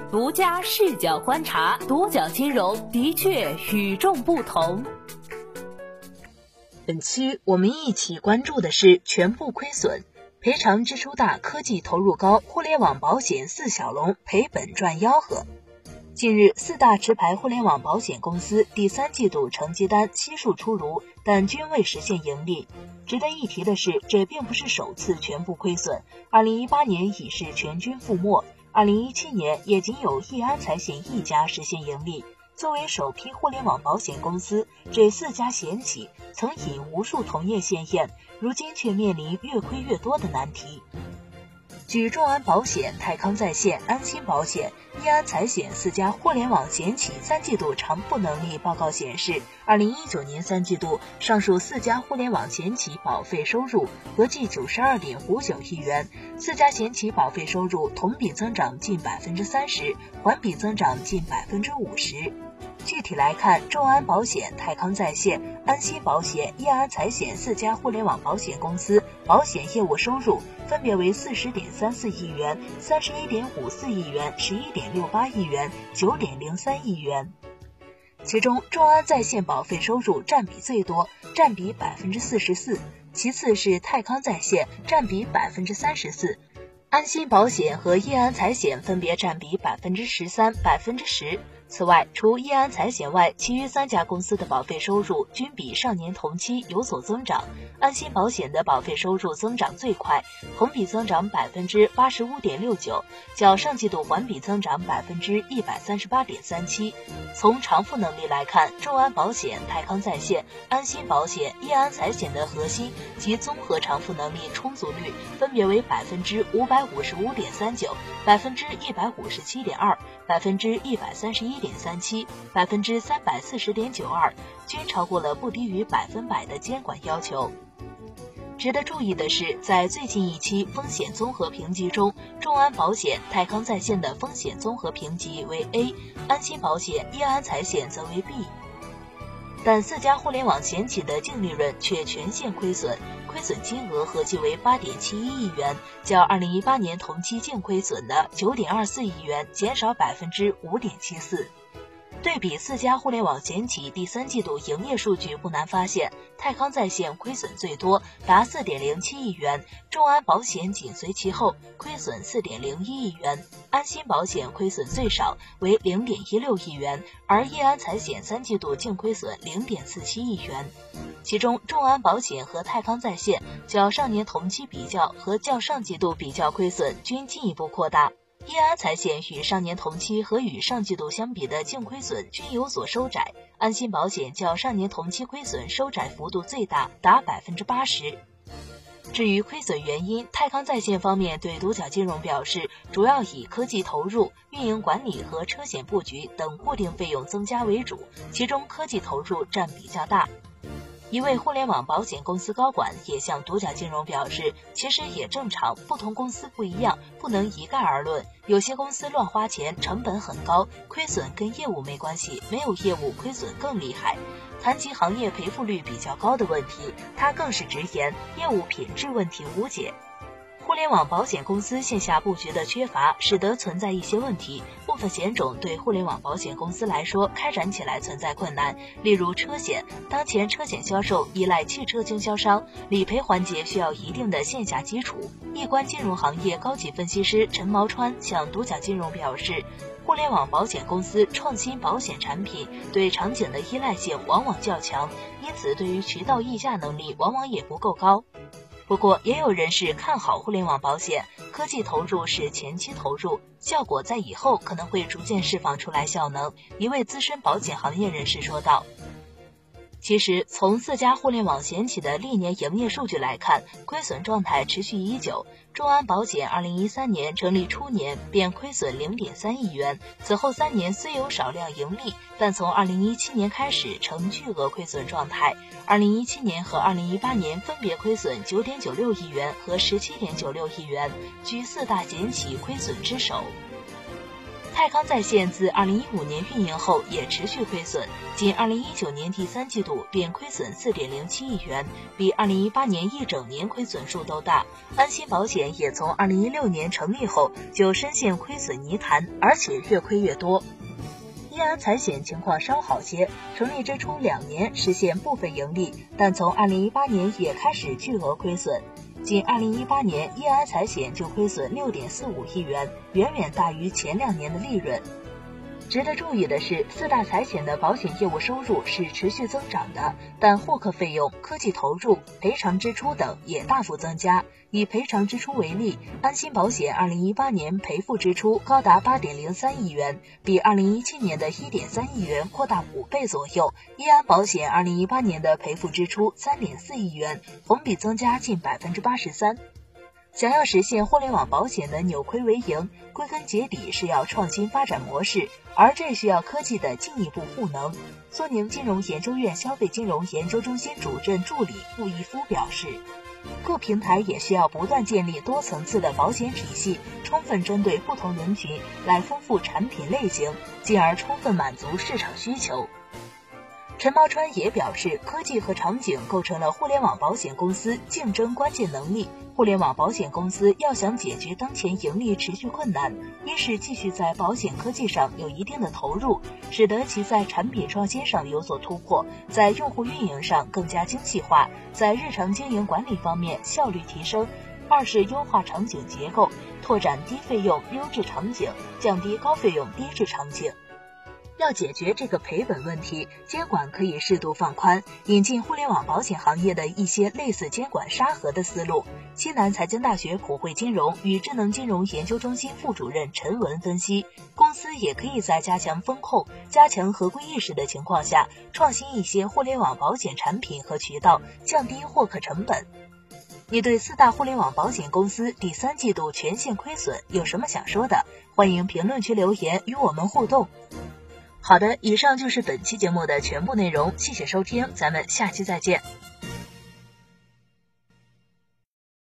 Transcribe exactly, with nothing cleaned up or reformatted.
独家视角观察，独角金融的确与众不同。 本期我们一起关注的是全部亏损，赔偿支出大，科技投入高，互联网保险四小龙赔本赚吆喝。近日，四大持牌互联网保险公司第三季度成绩单悉数出炉，但均未实现盈利。值得一提的是，这并不是首次全部亏损，二零一八年已是全军覆没，二零一七年也仅有易安财险一家实现盈利。作为首批互联网保险公司，这四家险企曾引无数同业献艳，如今却面临越亏越多的难题。据众安保险、泰康在线、安心保险、易安财险四家互联网险企三季度偿付能力报告显示，二零一九年三季度上述四家互联网险企保费收入合计 九十二点五九亿元，四家险企保费收入同比增长近 百分之三十， 环比增长近 百分之五十。具体来看，众安保险、泰康在线、安心保险、易安财险四家互联网保险公司保险业务收入分别为 四十点三四亿元、三十一点五四亿元、十一点六八亿元、九点零三亿元。其中，众安在线保费收入占比最多，占比 百分之四十四， 其次是泰康在线，占比 百分之三十四， 安心保险和易安财险分别占比 百分之十三、百分之十。此外，除易安财险外，其余三家公司的保费收入均比上年同期有所增长。安心保险的保费收入增长最快，同比增长 百分之八十五点六九， 较上季度环比增长 百分之一百三十八点三七。从偿付能力来看，众安保险、泰康在线、安心保险、易安财险的核心及综合偿付能力充足率分别为 百分之五百五十五点三九、百分之一百五十七点二、百分之一百三十一点三七、百分之三百四十点九二，均超过了不低于百分百的监管要求。值得注意的是，在最近一期风险综合评级中，众安保险、泰康在线的风险综合评级为 A， 安心保险、易安财险则为 B。但四家互联网险企的净利润却全线亏损，亏损金额合计为 八点七一亿元，较二零一八年同期净亏损的 九点二四亿元减少 百分之五点七四。对比四家互联网险企第三季度营业数据，不难发现，泰康在线亏损最多，达 四点零七亿元，众安保险紧随其后，亏损 四点零一亿元，安心保险亏损最少，为 零点一六亿元，而易安财险三季度净亏损 零点四七亿元。其中，众安保险和泰康在线较上年同期比较和较上季度比较亏损均进一步扩大。易安财险与上年同期和与上季度相比的净亏损均有所收窄，安心保险较上年同期亏损收窄幅度最大，达 百分之八十。至于亏损原因，泰康在线方面对独角金融表示，主要以科技投入、运营管理和车险布局等固定费用增加为主，其中科技投入占比较大。一位互联网保险公司高管也向独角金融表示，其实也正常，不同公司不一样，不能一概而论，有些公司乱花钱，成本很高，亏损跟业务没关系，没有业务亏损更厉害。谈及行业赔付率比较高的问题，他更是直言，业务品质问题无解。互联网保险公司线下布局的缺乏，使得存在一些问题，部分险种对互联网保险公司来说开展起来存在困难，例如车险，当前车险销售依赖汽车经销商，理赔环节需要一定的线下基础。易观金融行业高级分析师陈毛川向独角金融表示，互联网保险公司创新保险产品对场景的依赖性往往较强，因此对于渠道议价能力往往也不够高。不过，也有人士看好互联网保险，科技投入是前期投入，效果在以后可能会逐渐释放出来效能。一位资深保险行业人士说道。其实，从四家互联网险企的历年营业数据来看，亏损状态持续已久。众安保险二零一三年成立初年便亏损 零点三亿元，此后三年虽有少量盈利，但从二零一七年开始呈巨额亏损状态。二零一七年和二零一八年分别亏损 九点九六亿元和 十七点九六亿元，居四大险企亏损之首。 泰康在线自二零一五年运营后也持续亏损，仅二零一九年第三季度便亏损 四点零七亿元，比二零一八年一整年亏损数都大。安心保险也从二零一六年成立后就深陷亏损泥潭，而且越亏越多。易安财险情况稍好些，成立之初两年实现部分盈利，但从二零一八年也开始巨额亏损。仅二零一八年，易安财险就亏损 六点四五亿元，远远大于前两年的利润。值得注意的是，四大财险的保险业务收入是持续增长的，但获客费用、科技投入、赔偿支出等也大幅增加。以赔偿支出为例，安心保险二零一八年赔付支出高达 八点零三亿元，比二零一七年的 一点三亿元扩大五倍左右。易安保险二零一八年的赔付支出 三点四亿元，同比增加近 百分之八十三。想要实现互联网保险的扭亏为盈，归根结底是要创新发展模式，而这需要科技的进一步赋能。苏宁金融研究院消费金融研究中心主任助理顾一夫表示，各平台也需要不断建立多层次的保险体系，充分针对不同人群来丰富产品类型，进而充分满足市场需求。陈茂川也表示，科技和场景构成了互联网保险公司竞争关键能力。互联网保险公司要想解决当前盈利持续困难，一是继续在保险科技上有一定的投入，使得其在产品创新上有所突破，在用户运营上更加精细化，在日常经营管理方面效率提升；二是优化场景结构，拓展低费用优质场景，降低高费用低质场景。要解决这个赔本问题，监管可以适度放宽，引进互联网保险行业的一些类似监管沙盒的思路。西南财经大学普惠金融与智能金融研究中心副主任陈文分析，公司也可以在加强风控、加强合规意识的情况下，创新一些互联网保险产品和渠道，降低获客成本。你对四大互联网保险公司第三季度全线亏损有什么想说的？欢迎评论区留言与我们互动。好的，以上就是本期节目的全部内容，谢谢收听，咱们下期再见。